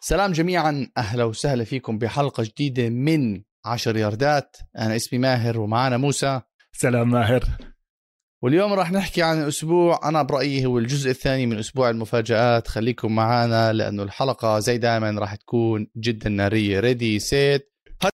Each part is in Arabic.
سلام جميعا، أهلا وسهلا فيكم بحلقة جديدة من 10 ياردات. أنا اسمي ماهر ومعنا موسى. سلام ماهر. واليوم راح نحكي عن أسبوع أنا برأيي هو الجزء الثاني من أسبوع المفاجآت. خليكم معنا لأنه الحلقة زي دائما راح تكون جدا نارية. ريدي سيت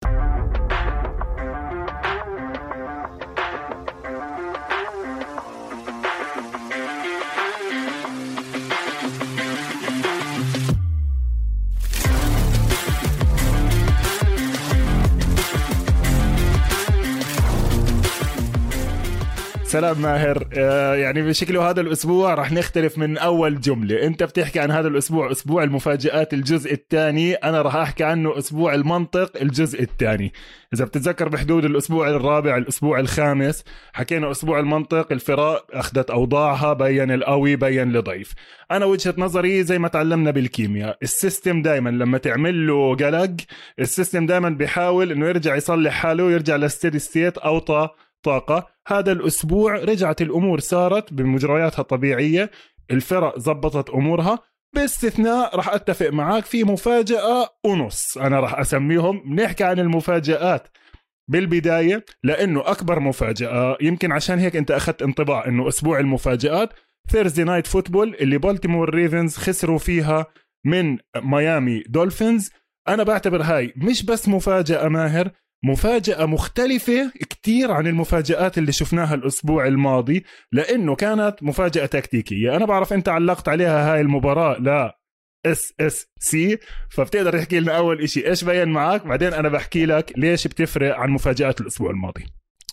سلام ماهر. يعني بشكله هذا الأسبوع راح نختلف من أول جملة. أنت بتحكي عن هذا الأسبوع أسبوع المفاجآت الجزء الثاني، أنا راح أحكي عنه أسبوع المنطق الجزء الثاني. إذا بتتذكر بحدود الأسبوع الرابع الأسبوع الخامس حكينا أسبوع المنطق، الفرق أخذت أوضاعها، بين القوي بين لضعيف. أنا وجهة نظري زي ما تعلمنا بالكيمياء، السيستم دايما لما تعمل له قلق السيستم دايما بيحاول إنه يرجع يصلح حاله ويرجع لستيدي ستيت أو طاقة. هذا الأسبوع رجعت الأمور صارت بمجرياتها الطبيعية، الفرق زبطت أمورها باستثناء راح أتفق معاك في مفاجأة ونص أنا راح أسميهم. نحكي عن المفاجآت بالبداية لأنه أكبر مفاجأة يمكن عشان هيك أنت أخذت انطباع أنه أسبوع المفاجآت ثيرزداي نايت فوتبول اللي بالتيمور ريفنز خسروا فيها من ميامي دولفينز. أنا بعتبر هاي مش بس مفاجأة ماهر، مفاجأة مختلفة كتير عن المفاجآت اللي شفناها الأسبوع الماضي، لأنه كانت مفاجأة تكتيكية. أنا بعرف أنت علقت عليها هاي المباراة لا SSC، فبتقدر تحكي لنا أول إشي إيش بين معاك، بعدين أنا بحكي لك ليش بتفرق عن مفاجآت الأسبوع الماضي.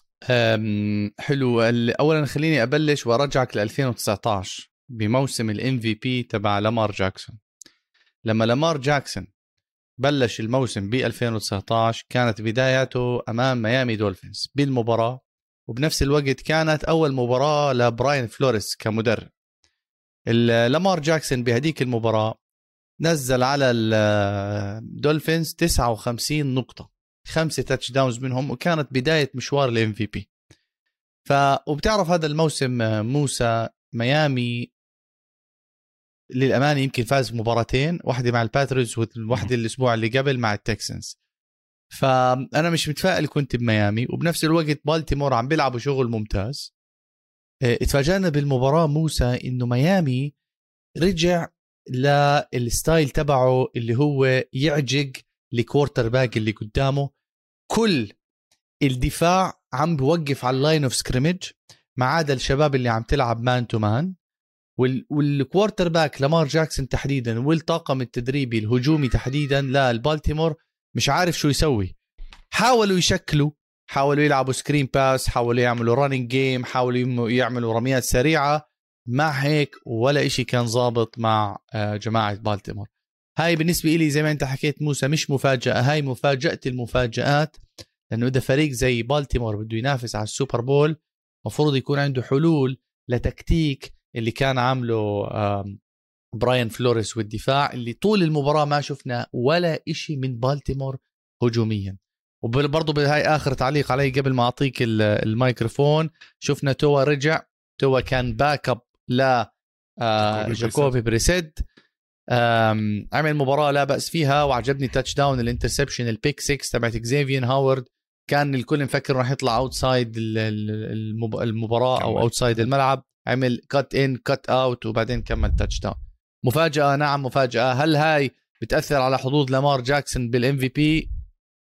حلو. أولا خليني أبلش وأرجعك ل 2019 بموسم ال MVP تبع لامار جاكسون. لما لامار جاكسون بلش الموسم ب 2019 كانت بداياته أمام ميامي دولفينز بالمباراة، وبنفس الوقت كانت أول مباراة لبراين فلوريس كمدرب. لامار جاكسون بهديك المباراة نزل على الدولفينز 59 نقطة، 5 تاتش داونز منهم، وكانت بداية مشوار ال MVP. وبتعرف هذا الموسم موسى ميامي للأمانة يمكن فاز مباراتين، واحدة مع الباتريوتس وواحدة الأسبوع اللي قبل مع التكسنز. فأنا مش متفائل كنت بميامي، وبنفس الوقت بالتيمور عم بيلعبوا شغل ممتاز. اتفاجأنا بالمباراة موسى إنه ميامي رجع للستايل تبعه اللي هو يعجق لكوارتر باك اللي قدامه. كل الدفاع عم بوقف على اللاين اوف سكريمج ما عدا الشباب اللي عم تلعب مان تو مان، والكوارتر باك لامار جاكسون تحديدا والطاقم التدريبي الهجومي تحديدا للبالتيمور مش عارف شو يسوي. حاولوا يشكلوا، حاولوا يلعبوا سكرين باس، حاولوا يعملوا رانينج جيم، حاولوا يعملوا رميات سريعة، مع هيك ولا إشي كان ضابط مع جماعة بالتيمور. هاي بالنسبة إلي زي ما أنت حكيت موسى مش مفاجأة، هاي مفاجأة المفاجآت، لأنه إذا فريق زي بالتيمور بده ينافس على السوبر بول مفروض يكون عنده حلول لتكتيك اللي كان عامله براين فلوريس، والدفاع اللي طول المباراة ما شفنا ولا إشي من بالتيمور هجوميا. وبرضو بهاي آخر تعليق علي قبل ما أعطيك الميكروفون، شفنا توا رجع، توا كان باك اب لا جاكوبي بريسيد، عمل مباراة لا بأس فيها، وعجبني تاتش داون الانترسبشن البيك 6 تبعت إكزافيين هاورد. كان الكل مفكر راح يطلع اوتسايد المباراة أو اوتسايد الملعب، عمل كات ان كات اوت وبعدين كمل تاتش داون. مفاجأة، نعم مفاجأة. هل هاي بتأثر على حظوظ لامار جاكسون بالام في بي؟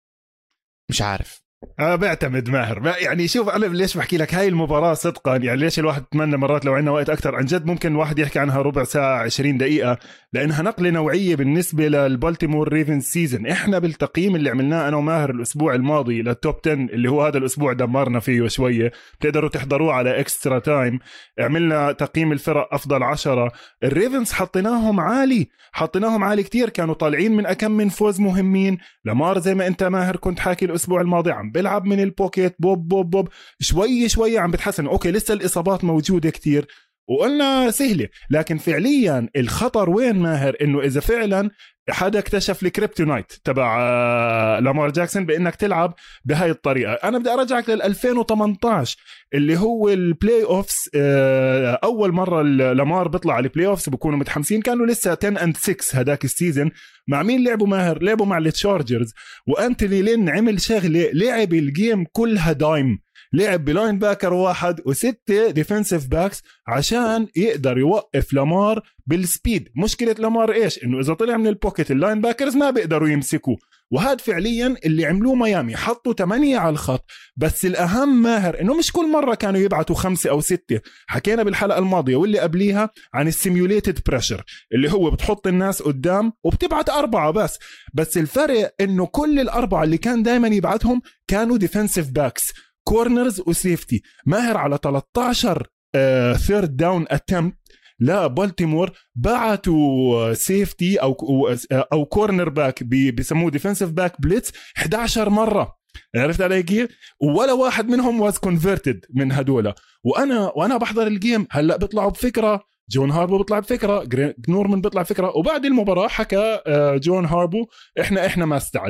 مش عارف. بعتمد ماهر. يعني شوف أنا ليش بحكي لك هاي المباراة صدقا، يعني ليش الواحد تمنى مرات لو عندنا وقت أكتر عن جد ممكن الواحد يحكي عنها ربع ساعة 20 دقيقة، لأنها نقلة نوعية بالنسبة للبالتيمور ريفنز سيزن. إحنا بالتقييم اللي عملناه أنا وماهر الأسبوع الماضي للتوب 10 اللي هو هذا الأسبوع دمرنا فيه شوية، بتقدروا تحضروه على إكسترا تايم. عملنا تقييم الفرق أفضل 10. الريفنز حطيناهم عالي كتير، كانوا طالعين من أكم من فوز مهمين. لامار زي ما أنت ماهر كنت حاكي الأسبوع الماضي عم بيلعب من البوكيت بوب شوي عم بتحسن. اوكي لسه الاصابات موجوده كتير، وقلنا سهلة، لكن فعليا الخطر وين ماهر؟ إنه إذا فعلا حدا اكتشف الكريبتونايت تبع لامار جاكسون بانك تلعب بهاي الطريقه. انا بدي ارجعك لل 2018 اللي هو البلاي اوفس، اول مره لامار بيطلع على البلاي اوفس بكونوا متحمسين، كانوا لسه 10-6 هداك السيزن. مع مين لعبوا ماهر؟ لعبوا مع التشارجرز، وانتوني لين عمل شغله، لعب الجيم كلها دايم، لعب بلاين باكر واحد وستة ديفنسيف باكس عشان يقدر يوقف لامار بالسبيد. مشكلة لامار إيش؟ إنه إذا طلع من البوكيت اللاين باكرز ما بيقدروا يمسكوه، وهذا فعليا اللي عملوه ميامي، حطوا 8 على الخط. بس الأهم ماهر إنه مش كل مرة كانوا يبعتوا 5 أو 6. حكينا بالحلقة الماضية واللي قبليها عن السيميوليتد بريشر اللي هو بتحط الناس قدام وبتبعت 4 بس الفرق إنه كل ال4 اللي كان دايما يبعتهم كانوا ديفنسيف باكس، كورنرز وسيفتي. ماهر على 13 ثيرد داون اتمت لا بالتيمور بعتوا سيفتي او كورنر باك بيسموه ديفنسيف باك بليتس 11 مره. عرفت علي كيف؟ ولا واحد منهم واز كونفرتد من هدول. وانا بحضر الجيم هلا بيطلعوا بفكره، جون هاربو بيطلع بفكره، جريج نورمان بيطلع بفكره، وبعد المباراه حكى جون هاربو احنا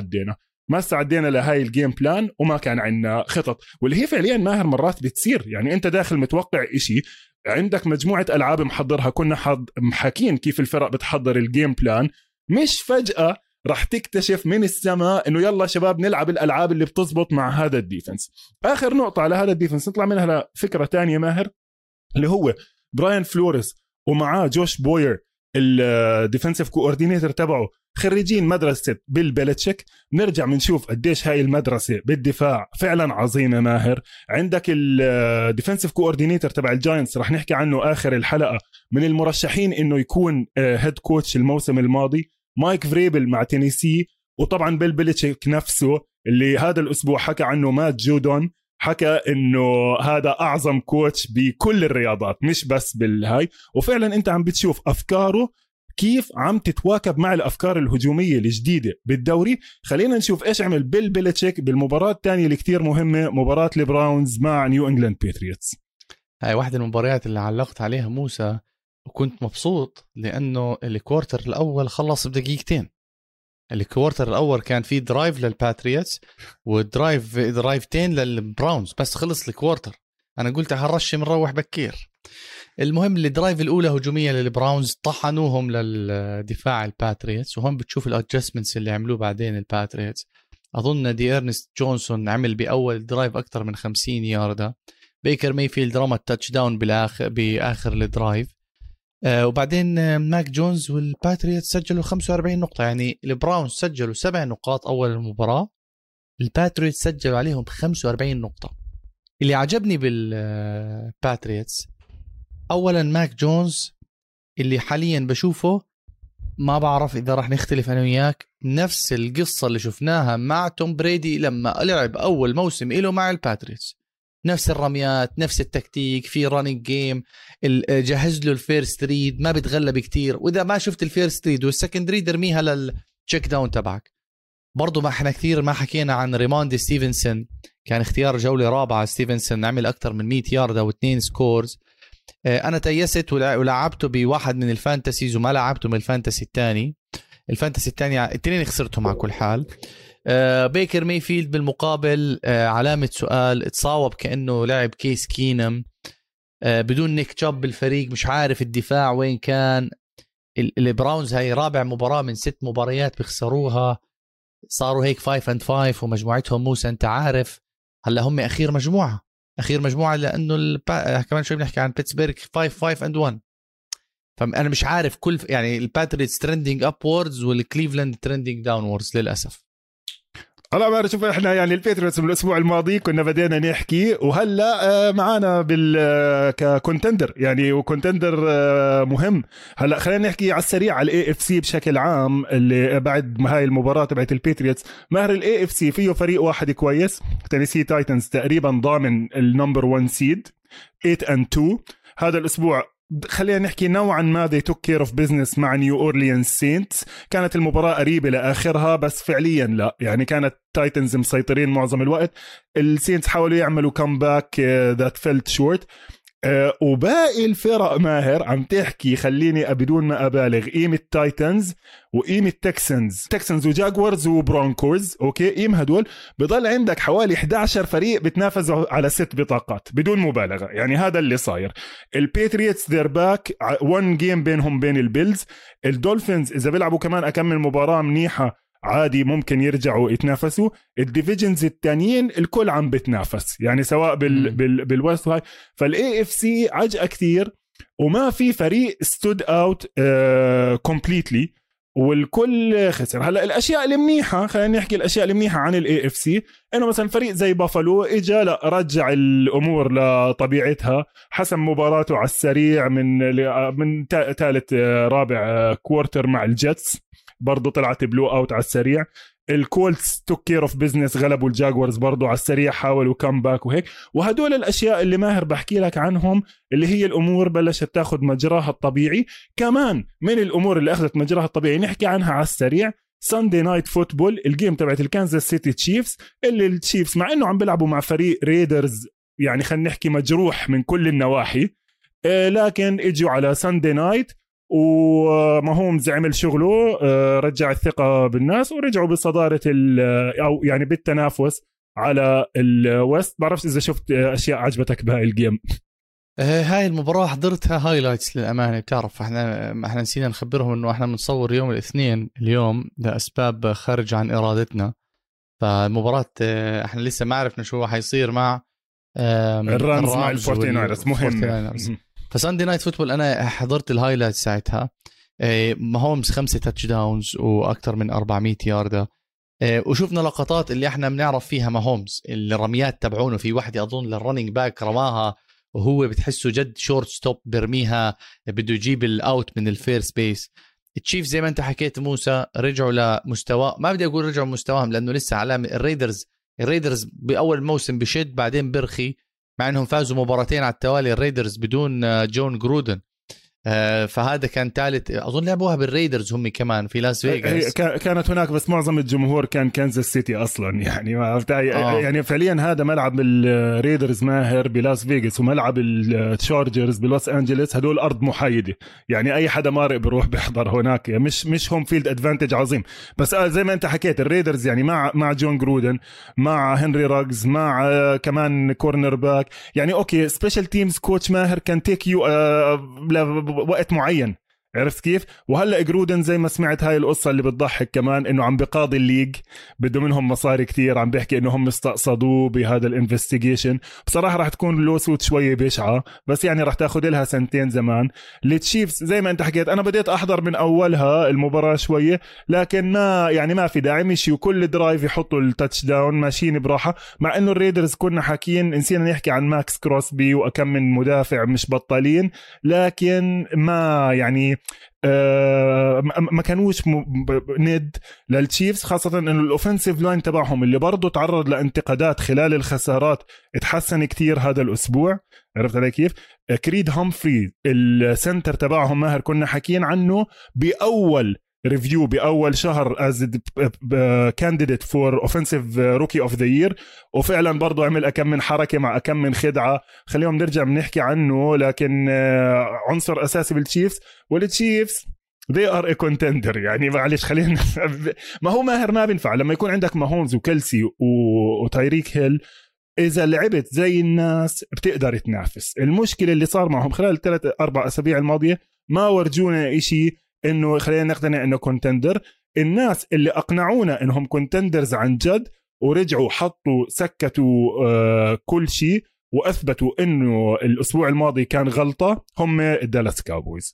ما استعدينا لهاي الجيم بلان وما كان عندنا خطط. واللي هي فعليا ماهر مرات بتصير، يعني انت داخل متوقع اشي، عندك مجموعة ألعاب محضرها، كنا محاكين كيف الفرق بتحضر الجيم بلان، مش فجأة رح تكتشف من السماء انه يلا شباب نلعب الألعاب اللي بتزبط مع هذا الديفنس. آخر نقطة على هذا الديفنس نطلع منها لفكرة تانية ماهر، اللي هو براين فلوريس ومعاه جوش بوير الديفنسيف كوردينيتور تبعه، خريجين مدرسة بيل بيلتشيك. نرجع منشوف قديش هاي المدرسة بالدفاع فعلا عظيمة ماهر. عندك الديفنسيف كوردينيتور تبع الجاينتس رح نحكي عنه آخر الحلقة، من المرشحين انه يكون هيد كوتش الموسم الماضي، مايك فريبل مع تينيسي. وطبعا بيل بيلتشيك نفسه اللي هذا الأسبوع حكى عنه مات جودون، حكى انه هذا اعظم كوتش بكل الرياضات مش بس بالهاي. وفعلا انت عم بتشوف افكاره كيف عم تتواكب مع الافكار الهجوميه الجديده بالدوري. خلينا نشوف ايش عمل بيل بيلتشيك بالمباراه الثانيه اللي كتير مهمه، مباراه البراونز مع نيو انجلاند باتريوتس. هاي واحدة من المباريات اللي علقت عليها موسى، وكنت مبسوط لانه الكوارتر الاول خلص بدقيقتين. الكوارتر الاول كان فيه درايف للباتريوتس ودرايفتين للبراونز، بس خلص الكوارتر. انا قلت هالرش منروح بكير. المهم الدرايف الاولى هجوميه للبراونز، طحنوهم للدفاع الباتريوتس، وهم بتشوف الادجستمنتس اللي عملوه بعدين الباتريوتس. اظن دي ارنست جونسون عمل باول درايف اكثر من 50 ياردة. بيكر مايفيلد رمى التاتش داون باخر الدرايف. وبعدين ماك جونز والباتريوتس سجلوا 45 نقطة. يعني البراونز سجلوا 7 نقاط أول المباراة، الباتريوتس سجلوا عليهم 45 نقطة. اللي عجبني بالباتريوتس أولا ماك جونز اللي حاليا بشوفه، ما بعرف إذا رح نختلف أنا وياك، نفس القصة اللي شفناها مع توم بريدي لما لعب أول موسم إله مع الباتريوتس. نفس الرميات، نفس التكتيك، في رانينج جيم، جهز له الفيرست ريد، ما بتغلب كتير، واذا ما شفت الفيرست ريد والسكند ريد ارميها للتشيك داون تبعك. برضو ما احنا كثير ما حكينا عن ريماندي ستيفنسون، كان اختيار جولة رابعة. ستيفنسون عمل اكتر من 100 ياردة و2 سكورز. انا تيست ولعبته بواحد من الفانتسيز وما لعبته من الفانتسي الثاني. الاثنين خسرتهم على كل حال. بيكر مايفيلد بالمقابل علامة سؤال، اتصاوب كأنه لعب كيس كينم بدون نيك تشاب بالفريق، مش عارف الدفاع وين كان. البراونز هاي رابع مباراة من 6 مباريات بيخسروها، صاروا هيك 5-5 ومجموعتهم موسى انت عارف. هلا هم اخير مجموعة لانه كمان شوي بنحكي عن بيتسبرغ 5-5-1. فانا مش عارف يعني الباتريوتس ترندينج ابوردز والكليفلاند ترندينج داونوردز للاسف. هلا بعرف شوف احنا يعني الباتريوتس من الاسبوع الماضي كنا بدينا نحكي، وهلا معانا ككونتندر يعني، وكونتندر مهم. هلا خلينا نحكي على السريع على الاي اف سي بشكل عام. اللي بعد هاي المباراه تبعت الباتريوتس، ماهر الاي اف سي فيه فريق واحد كويس، تينيسي تايتنز تقريبا ضامن النمبر 1 سيد 8-2 هذا الاسبوع. خلينا نحكي نوعا ما they took care of business مع نيو أورليانز سينتس. كانت المباراة قريبة لآخرها بس فعليا لا، يعني كانت تايتنز مسيطرين معظم الوقت. السينتس حاولوا يعملوا comeback that felt short. وباقي الفرق ماهر عم تحكي، خليني بدون ما أبالغ، قيمة تايتنز وقيمة تكسنز وجاكورز وبرونكوز، أوكي قيم هدول بضل عندك حوالي 11 فريق بتنافسوا على 6 بطاقات بدون مبالغة. يعني هذا اللي صاير. البيتريتس ذير باك 1 جيم بينهم بين البيلز. الدولفينز إذا بيلعبوا كمان أكمل مباراة منيحة عادي ممكن يرجعوا يتنافسوا. الديفيجنز التانيين الكل عم بتنافس، يعني سواء بالويست هاي. فالاي اف سي عجقة كتير وما في فريق ستود اوت كومبليتلي، والكل خسر. هلا الاشياء المنيحه، خلينا نحكي الاشياء المنيحه عن الاي اف سي، انه مثلا فريق زي بافالو اجا لا رجع الامور لطبيعتها، حسم مباراته على السريع من ثالث رابع كوارتر مع الجيتس، برضو طلعت بلو اوت على السريع. الكولتس توك كير اوف بزنس، غلبوا الجاكورز برضو على السريع، حاولوا كم باك وهيك. وهدول الاشياء اللي ماهر بحكي لك عنهم اللي هي الامور بلشت تاخذ مجراها الطبيعي. كمان من الامور اللي اخذت مجراها الطبيعي نحكي عنها على السريع، ساندي نايت فوتبول، الجيم تبعت الكانزاس سيتي تشيفز، اللي التشيفز مع انه عم بيلعبوا مع فريق ريدرز يعني خلينا نحكي مجروح من كل النواحي، لكن اجوا على ساندي نايت وماهومز عمل شغله، رجع الثقة بالناس ورجعوا بصدارة أو يعني بالتنافس على الويست. بعرفش إذا شفت أشياء عجبتك بهاي الجيم. هاي المباراة حضرتها هايلايتس للأمانة. بتعرف احنا نسينا نخبرهم إنه احنا بنصور يوم الاثنين اليوم لأسباب خارج عن إرادتنا. فالمباراة احنا لسه ما عرفنا شو حيصير مع الرامز مع الفورتينايرز مهم. فساندي نايت فوتبول أنا حضرت الهايلايت ساعتها. ماهومز 5 تاتش داونز وأكثر من 400 ياردة، وشوفنا لقطات اللي احنا بنعرف فيها ماهومز، الرميات تبعونه في واحدة أظن للرننج باك رماها وهو بتحسه جد شورت ستوب برميها بده يجيب الأوت من الفير سبيس. التشيف زي ما انت حكيت موسى رجعوا لمستوى، ما بدي أقول رجعوا مستواهم لأنه لسه علامة. الريدرز بأول موسم بشد بعدين برخي، مع انهم فازوا مباراتين على التوالي الريدرز بدون جون جرودن. فهذا كان ثالث اظن لعبوها بالريدرز هم كمان في لاس فيغاس. كانت هناك بس معظم الجمهور كان كانزاس سيتي اصلا، يعني ما عرفت يعني فعليا هذا ملعب الريدرز ماهر بلاس فيغاس وملعب التشارجرز بلوس انجلوس، هدول ارض محايده، يعني اي حدا مارق بروح بيحضر هناك، مش هوم فيلد ادفانتج عظيم. بس زي ما انت حكيت الريدرز يعني مع جون جرودن، مع هنري راجز، مع كمان كورنر باك، يعني اوكي سبيشال تيمز كوتش ماهر كان تيك يو وقت معين، عرفت كيف؟ وهلا جرودن زي ما سمعت هاي القصة اللي بتضحك كمان، انه عم بقاضي الليج بده منهم مصاري كتير، عم بيحكي انه هم استقصدوه بهذا الانفستيجيشن. بصراحة راح تكون لوسوت شوية بشعة، بس يعني راح تاخد لها سنتين زمان. التشيفز زي ما انت حكيت انا بديت احضر من اولها المباراة شوية، لكن ما في داعي، مشي وكل درايف يحطوا التاتش داون ماشيين براحة. مع انه الريدرز كنا حاكين نسينا نحكي عن ماكس كروسبي وأكم من مدافع مش بطالين، لكن ما يعني ما كانوش ند للتشيفز، خاصة انه الاوفنسيف لاين تبعهم اللي برضو تعرض لانتقادات خلال الخسارات اتحسن كتير هذا الاسبوع. عرفت علي كيف؟ كريد هامفري السنتر تبعهم ماهر كنا حكين عنه باول ريفيو باول شهر از كانديديت فور اوفنسيف روكي اوف ذا يير، وفعلا برضو عمل اكم من حركه مع اكم من خدعه خليهم نرجع بنحكي عنه. لكن عنصر اساسي بالتشيفز، والتشيفز they are a contender، يعني معلش خلينا ما هو ماهر ما بينفع لما يكون عندك ماهومز وكلسي وتايريك هيل، إذا لعبت زي الناس بتقدر تنافس. المشكلة اللي صار معهم خلال 3-4 أسابيع الماضية ما ورجونا إشي إنه خلينا نقتنع إنه كونتندر. الناس اللي أقنعونا إنهم كونتندرز عن جد ورجعوا حطوا سكتوا كل شيء وأثبتوا إنه الأسبوع الماضي كان غلطة هم الدالاس كاوبويز.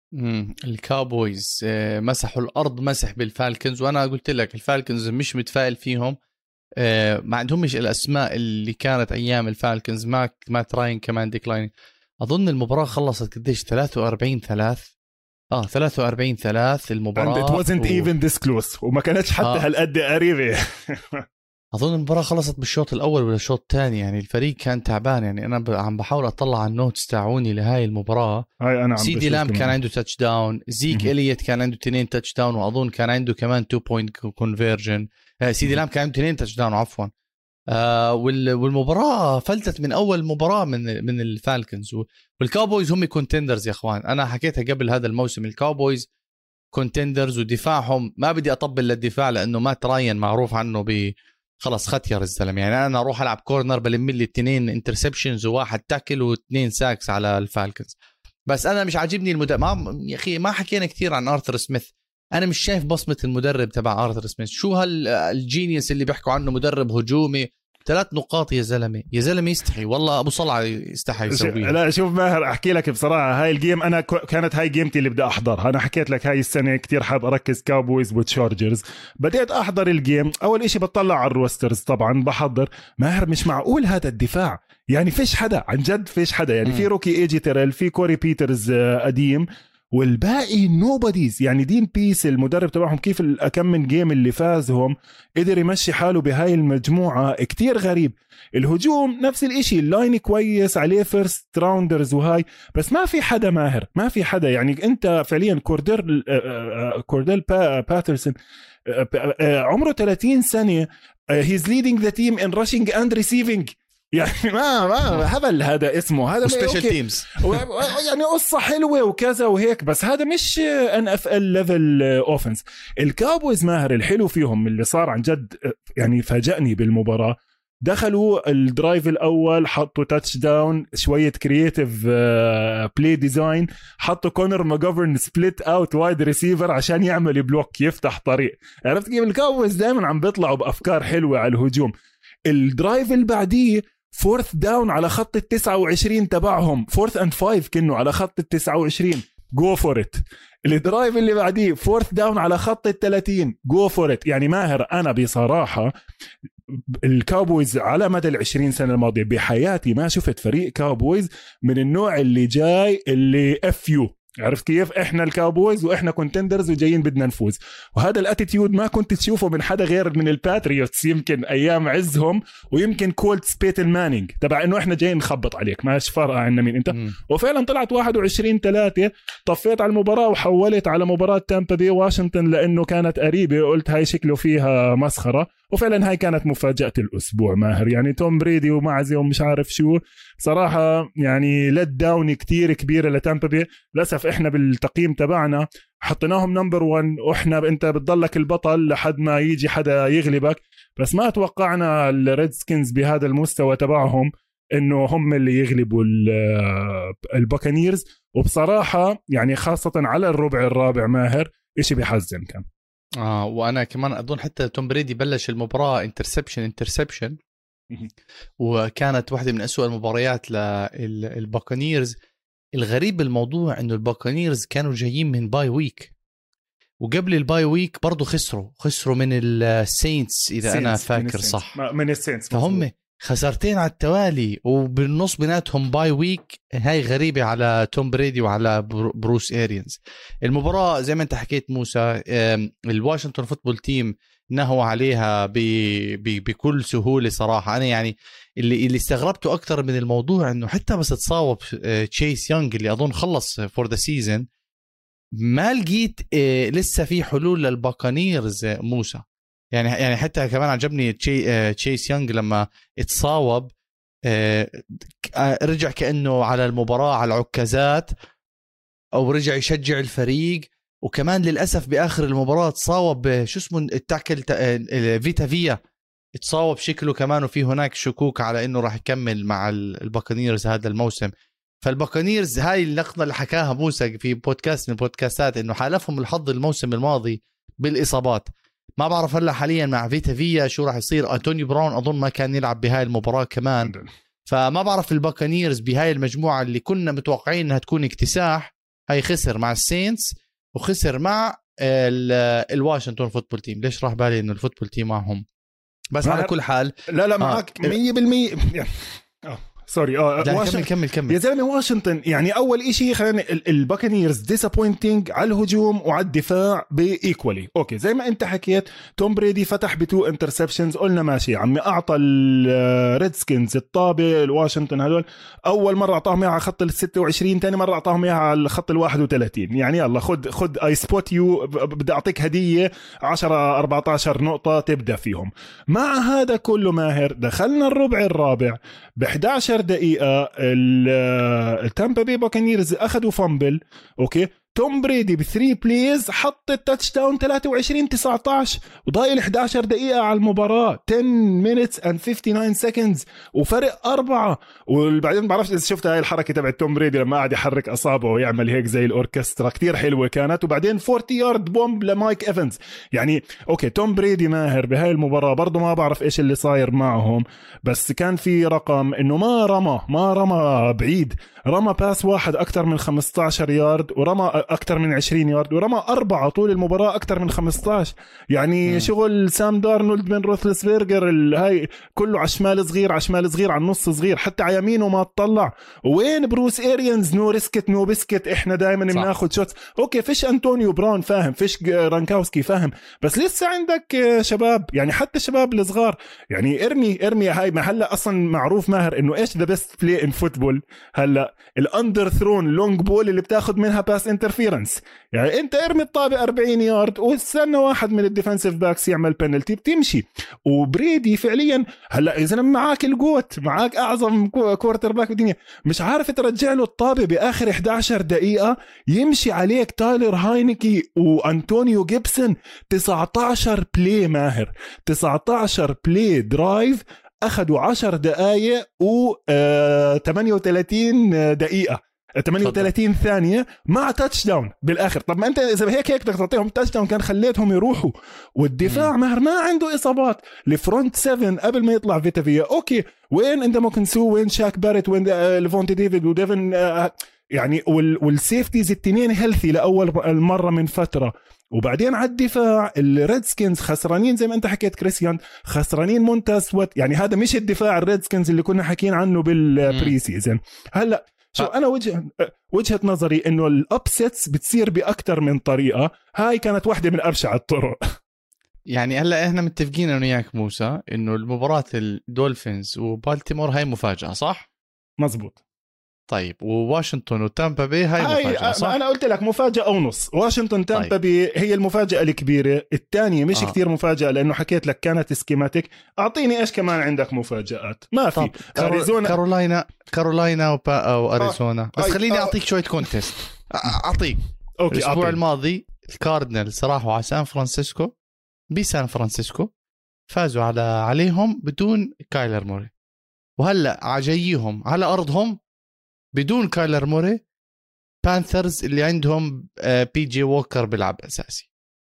الكاوبويز مسحوا الأرض مسح بالفالكنز، وأنا قلت لك الفالكنز مش متفائل فيهم، ما عندهمش الأسماء اللي كانت أيام الفالكنز. ما تراين كمان ديكلاين. أظن المباراة خلصت قديش 43-3 43-3 المباراة، and it wasn't even this close، وما كانتش حتى هالقد قريبة. أظن المباراة خلصت بالشوط الأول ولا الشوط الثاني، يعني الفريق كان تعبان. يعني أنا عم بحاول أطلع على النوتس تاعوني لهاي المباراة. سيدي لام كان عنده تاتش داون، زيك إليت كان عنده 2 تاتش داون، وأظن كان عنده كمان 2 point conversion. سيدي لام كان عنده 2 تاتش داون عفوا. والمباراة فلتت من أول مباراة من الفالكنز. والكاوبويز هم كونتندرز يا أخوان، أنا حكيتها قبل هذا الموسم، الكاوبويز كونتندرز ودفاعهم ما بدي أطبل للدفاع لأنه مات راين معروف عنه خلص ختير الزلمة. يعني أنا أروح ألعب كورنر بلم لي 2 انترسبشنز و1 تاكل و2 ساكس على الفالكنز. بس أنا مش عاجبني يا أخي ما حكينا كتير عن آرثر سميث، أنا مش شايف بصمة المدرب تبع آرثر سميث. شو هالجينيوس اللي بيحكوا عنه مدرب هجومي؟ 3 نقاط يا زلمة يستحي والله، أبو صلعة يستحي يسويها. لا شوف ماهر، أحكي لك بصراحة، هاي الجيم أنا كانت هاي جيمتي اللي بدي أحضرها. أنا حكيت لك هاي السنة كتير حاب أركز كاوبويز وتشارجرز، بديت أحضر الجيم. أول إشي بطلع على الروسترز طبعا، بحضر ماهر مش معقول هذا الدفاع، يعني فيش حدا عن جد، فيش حدا يعني. في روكي ايجي تيريل، في كوري بيترز قديم، والباقي نوباديز. يعني دين بيس المدرب تبعهم كيف كم من جيم اللي فازهم قدر يمشي حاله بهاي المجموعة كتير غريب. الهجوم نفس الاشي، اللاين كويس عليه فيرست راوندرز وهاي، بس ما في حدا ماهر، ما في حدا. يعني انت فعليا كورديل باترسون عمره 30 سنة، he's leading the team in rushing and receiving. يعني ما هبل هذا اسمه، هذا سبيشال تيمز يعني قصة حلوة وكذا وهيك، بس هذا مش NFL ليفل اوفنس. الكاوبويز ماهر الحلو فيهم اللي صار عن جد يعني فاجأني بالمباراة، دخلوا الدرايف الأول حطوا تاتش داون، شوية كرياتيف بلاي ديزاين، حطوا كونر ماجوفرن سبليت اوت وايد ريسيفر عشان يعمل بلوك يفتح طريق. عرفت كيف الكاوبويز دائما عم بيطلعوا بأفكار حلوة على الهجوم. الدرايف اللي بعديه فورث داون على خط 29 تبعهم، فورث اند 5 كانوا على خط 29، جو فور ات. الدرايف اللي بعديه فورث داون على خط 30، جو فور ات. يعني ماهر انا بصراحه الكاوبويز على مدى 20 سنه الماضيه بحياتي ما شفت فريق كاوبويز من النوع اللي جاي اللي اف يو. عرفت كيف؟ احنا الكاوبويز واحنا كونتندرز وجايين بدنا نفوز، وهذا الاتيتيود ما كنت تشوفه من حدا غير من الباتريوتس يمكن ايام عزهم، ويمكن كولتس بيتن مانينج تبع انه احنا جايين نخبط عليك، ماش فارقه عنا مين انت. وفعلا طلعت 21-3، طفيت على المباراه وحولت على مباراه تامبا بي واشنطن لانه كانت قريبه، قلت هاي شكله فيها مسخره. وفعلا هاي كانت مفاجاه الاسبوع ماهر، يعني توم بريدي ومعزي ومش عارف شو، صراحه يعني لت داون كتير كبيره لتامبا بي. للاسف احنا بالتقييم تبعنا حطيناهم نمبر 1، واحنا انت بتضلك البطل لحد ما يجي حدا يغلبك، بس ما توقعنا الريدسكنز بهذا المستوى تبعهم انه هم اللي يغلبوا الباكانيرز. وبصراحه يعني خاصه على الربع الرابع ماهر اشي بيحزن كان. وانا كمان اظن حتى توم بريدي بلش المباراه انترسبشن وكانت واحدة من أسوأ المباريات للباكانيرز. الغريب بالموضوع إنه الباكانيرز كانوا جايين من باي ويك، وقبل الباي ويك برضو خسروا من السينتس إذا أنا فاكر صح، من السينتس، فهم خسرتين على التوالي وبالنص بيناتهم باي ويك. هاي غريبة على توم بريدي وعلى بروس إيرينز. المباراة زي ما انت حكيت موسى، الواشنطن فوتبول تيم نهوا عليها بكل سهولة صراحة. أنا يعني اللي استغربته أكتر من الموضوع إنه حتى بس تصاوب تشيس يونغ اللي أظن خلص فور ذا سيزن، ما لقيت لسه في حلول للباكانيرز موسى. يعني حتى كمان عجبني تشيس يونغ لما اتصاوب رجع كأنه على المباراة على العكازات، أو رجع يشجع الفريق. وكمان للأسف بآخر المباراة تصاوب شو اسمه التاكل فيتا فيا، تصاوب شكله كمان، وفي هناك شكوك على إنه راح يكمل مع الباكانيرز هذا الموسم. فالباكانيرز هاي اللقطة اللي حكاها موسى في بودكاست من البودكاستات إنه حالفهم الحظ الموسم الماضي بالإصابات. ما بعرف هلا حاليا مع فيتا فيا شو راح يصير. أنتونيو براون أظن ما كان يلعب بهاي المباراة كمان، فما بعرف الباكانيرز بهاي المجموعة اللي كنا متوقعين إنها تكون اكتساح، هاي خسر مع السينتس وخسر مع الواشنطن فوتبول تيم. ليش راح بالي إنه الفوتبول تيم معهم؟ بس على كل حال لا معك 100%. سوري كمل يا زلمه. واشنطن يعني اول إشي خلينا الباكانيرز ديسابوينتينج على الهجوم وعلى الدفاع بايكوالي. اوكي زي ما انت حكيت توم بريدي فتح ب2 انترسبشنز، قلنا ماشي عمي اعطى الريدسكنز الطابه الواشنطن هدول اول مره اعطاهم اياها على خط ال26، ثاني مره اعطاهم اياها على خط ال31. يعني يلا خد اي سبوت يو، بدي اعطيك هديه 10 14 نقطه تبدا فيهم. مع هذا كله ماهر دخلنا الربع الرابع ب11 دقيقة التامبا بي باكانيرز أخذوا فامبل. أوكي توم بريدي ب3 بليز حط التاتش داون 23-19 وضايل 11 دقيقة على المباراة 10 minutes and 59 seconds وفرق 4. وبعدين بعرفش إذا شفت هاي الحركة تبع توم بريدي لما قاعد يحرك أصابعه ويعمل هيك زي الأوركسترا، كتير حلوة كانت. وبعدين 40 يارد بومب لمايك إيفنز. يعني أوكي توم بريدي ماهر بهاي المباراة برضو ما بعرف إيش اللي صاير معهم، بس كان في رقم إنه ما رمى بعيد، رمى باس واحد أكتر من 15 يارد ورمى أكتر من 20 يارد ورمى 4 طول المباراة أكتر من 15. يعني شغل سام دارنولد من روثلسبرجر هاي كله على شمال صغير على النص صغير، حتى على يمينه ما تطلع. وين بروس إيريانز؟ نو ريسكت نو بسكت، إحنا دائما بناخد شوتس. أوكي فيش أنطونيو براون فاهم، فيش رانكاوسكي فاهم، بس لسه عندك شباب، يعني حتى الشباب الصغار. يعني ارمي هاي ما هلا أصلا معروف ماهر إنه إيش ذا بيست بلاي إن فوتبول هلا الاندر ثرون لونج بول اللي بتاخد منها باس انترفيرنس. يعني انت ارمي الطابة 40 يارد واستنى واحد من الديفنسيف باكس يعمل بينالتي بتمشي. وبريدي فعليا هلا اذا معك الجوت، معك اعظم كوارتر باك بالدنيا، مش عارف ترجع له الطابة باخر 11 دقيقة يمشي عليك تايلر هاينكي وانطونيو جيبسون. 19 بلاي ماهر، 19 بلاي درايف أخذوا 10 دقايق و 38 دقيقة 38 ثانية مع تاتش داون بالآخر. طب ما أنت إذا هيك بدك تعطيهم تاتش داون كان خليتهم يروحوا. والدفاع ماهر ما عنده إصابات، الفرونت 7 قبل ما يطلع فيتافيا. أوكي وين أنت ممكن سو، وين شاك باريت، وين ليفونتي ديفيد وديفن يعني والسيفتيز التنين هيلثي لأول مرة من فترة. وبعدين على الدفاع الريدسكنز خسرانين زي ما انت حكيت كريستيان، خسرانين مونتاس يعني هذا مش الدفاع الريدسكنز اللي كنا حكين عنه بالبري سيزن. هلا شو انا وجهة نظري انه الابسيتس بتصير باكثر من طريقة، هاي كانت واحدة من ابشع الطرق. يعني هلا احنا متفقين انا وياك موسى انه المباراة الدولفينز وبالتيمور هاي مفاجأة صح؟ مزبوط. طيب وواشنطن وتامبا بي هاي مفاجأة صح؟ أنا قلت لك مفاجأة ونص. واشنطن تامبا بي هي المفاجأة الكبيرة، الثانية مش كتير مفاجأة لأنه حكيت لك كانت سكيماتيك. أعطيني إيش كمان عندك مفاجآت؟ ما في أريزونا كارولاينا وأريزونا. بس خليني أعطيك شوية كونتست. أعطيك الأسبوع الماضي الكاردينال صراحة على سان فرانسيسكو، بسان فرانسيسكو فازوا عليهم بدون كايلر موري، وهلأ عجيهم على أرضهم بدون كايلر موري بانثرز اللي عندهم بي جي ووكر بيلعب أساسي.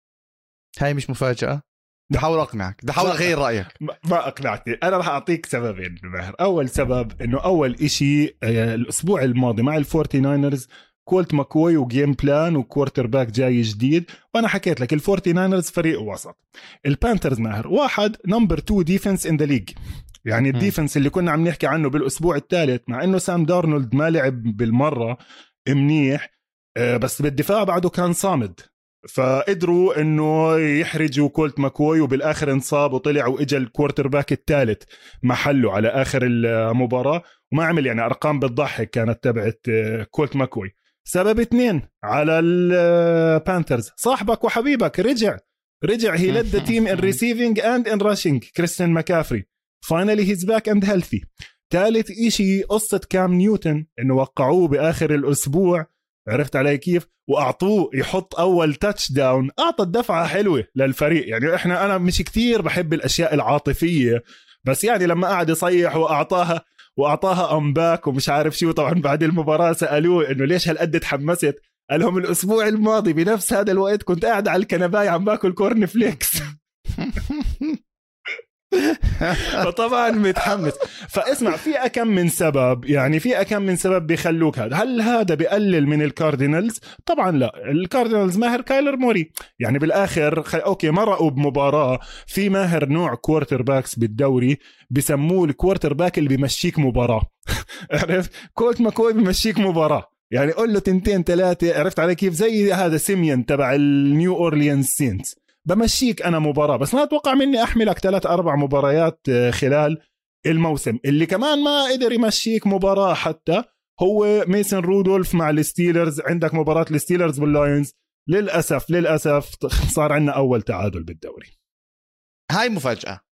هاي مش مفاجأة؟ بحاول أقنعك، بحاول أغير رأيك. ما أقنعتني. أنا راح أعطيك سببين بماهر. أول سبب إنه أول إشي الأسبوع الماضي مع الفورتي ناينرز كولت ماكوي وجيم بلان وكوارتر باك جاي جديد، وأنا حكيت لك الفورتي ناينرز فريق وسط. البانثرز ماهر واحد نمبر 2 ديفنس إن ذا ليج، يعني الديفنس اللي كنا عم نحكي عنه بالأسبوع الثالث، مع إنه سام دارنولد ما لعب بالمرة منيح بس بالدفاع بعده كان صامد، فقدروا إنه يحرجوا كولت ماكوي وبالآخر انصاب وطلع وإجا الكوارتر باك الثالث محله على آخر المباراة وما عمل يعني أرقام بتضحك كانت تبعت كولت ماكوي. سبب 2 على البانثرز، صاحبك وحبيبك رجع he led the team in receiving and in rushing كريستيان ماكافري finally he's back and healthy. ثالث إشي قصة كام نيوتن إنه وقعوه بآخر الأسبوع، عرفت علي كيف، وأعطوه يحط أول تاتش داون، أعطى الدفعة حلوة للفريق. يعني أنا مش كتير بحب الأشياء العاطفية، بس يعني لما قعد يصيح وأعطاها أمباك ومش عارف شو. طبعا بعد المباراة سألوه إنه ليش هالقد تحمست، قال لهم الأسبوع الماضي بنفس هذا الوقت كنت قاعد على الكنباية عم باكل كورن فليكس. فطبعا متحمس. فاسمع، في أكم من سبب، يعني في أكم من سبب بيخلوك هذا. هل هذا بيقلل من الكاردينالز؟ طبعا لا. الكاردينالز ماهر كايلر موري، يعني بالآخر اوكي مرقوا بمباراة في ماهر نوع كوارتر باكس بالدوري بسموه الكوارتر باك اللي بيمشيك مباراة. عرفت؟ كولت ماكوي بيمشيك مباراة، يعني قول له 2-3. عرفت علي كيف؟ زي هذا سيميون تبع النيو أورليانز سينتس، بمشيك أنا مباراة، بس ما أتوقع مني أحملك 3-4 مباريات خلال الموسم. اللي كمان ما قدر يمشيك مباراة حتى هو ميسن رودولف مع الستيلرز. عندك مباراة الستيلرز واللاينز، للأسف صار عندنا أول تعادل بالدوري. هاي مفاجأة.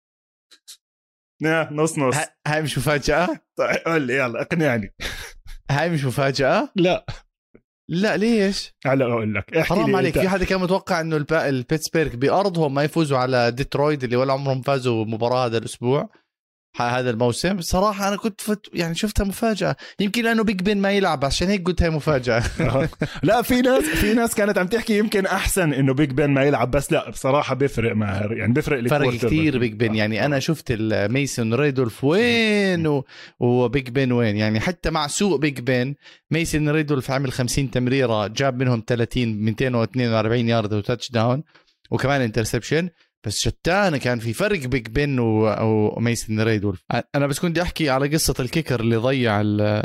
نص هاي مش مفاجأة. طيب قول لي يلا اقنعني. هاي مش مفاجأة. لا ليش؟ هلا اقول لك، حرام عليك. في حدا كان متوقع انه البيتسبيرغ بأرضهم ما يفوزوا على ديترويت اللي ولا عمرهم فازوا مباراة هذا الأسبوع هذا الموسم. صراحة أنا كنت يعني شفتها مفاجأة، يمكن لأنه بيج بن ما يلعب عشان هيك قلت هي مفاجأة. لا في ناس كانت عم تحكي يمكن أحسن إنه بيج بن ما يلعب، بس لا بصراحة بيفرق ماهر، يعني بيفرق فرق كتير بيج بن. يعني أنا شفت الميسون ريدولف وين وبيج بن وين. يعني حتى مع سوء بيج بن، ميسون ريدولف عمل 50 تمريرة جاب منهم 30 242 يارد وتاتش داون وكمان انترسبشن، بس شتان كان في فرق بيج بن وميسن ريدولف. انا بس كنت احكي على قصه الكيكر اللي ضيع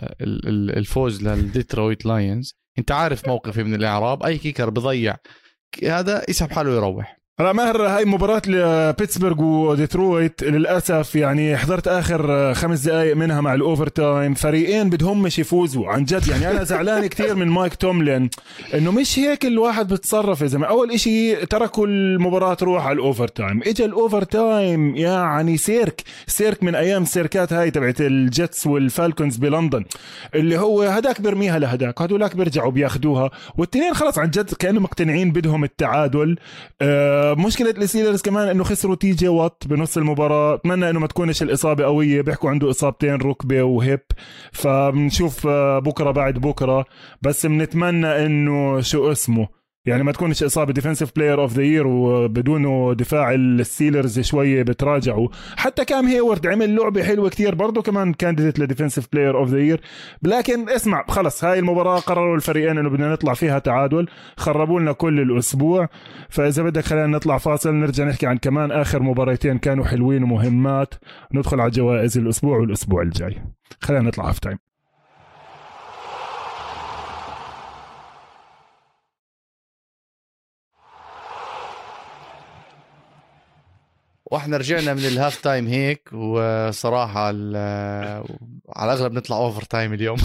الفوز للديترويت لاينز. انت عارف موقفي من الاعراب، اي كيكر بضيع هذا يسحب حاله يروح. أنا ماهر هاي مباراة لبيتسبرغ وديترويت للأسف يعني حضرت آخر 5 دقايق منها مع الأوفر تايم. فريقين بدهم مش يفوزوا عن جد. يعني أنا زعلان كتير من مايك توملين إنه مش هيك الواحد بتصرف. يا زلمة أول إشي تركوا المباراة تروح على الأوفر تايم، إجا الأوفر تايم يعني سيرك من أيام السيركات هاي تبعت الجيتس والفالكونز بلندن، اللي هو هداك برميها لهداك، هدولاك بيرجعوا بياخدوها، والتنين خلاص عن جد كانوا مقتنعين بدهم التعادل. مشكلة الستيلرز كمان انه خسروا تي جي وات بنص المباراة. اتمنى انه ما تكونش الاصابة قوية، بيحكوا عنده اصابتين ركبة وهيب، فبنشوف بكرة بعد بكرة. بس بنتمنى انه شو اسمه يعني ما تكونش إصابة ديفنسيف بلاير اوف ذا يير، وبدونه دفاع الستيلرز شوية بتراجعوا. حتى كام هيورد عمل لعبة حلوة كتير برضو، كمان كانديديت لديفنسيف بلاير اوف ذا يير. لكن اسمع خلص، هاي المباراة قرروا الفريقين انه بدنا نطلع فيها تعادل، خربوا لنا كل الأسبوع. فإذا بدك خلينا نطلع فاصل، نرجع نحكي عن كمان آخر مباراتين كانوا حلوين ومهمات، ندخل على جوائز الأسبوع والأسبوع الجاي. خلينا نطلع هاف تايم. واحنا رجعنا من الهاف تايم هيك، وصراحة على الأغلب نطلع أوفر تايم اليوم.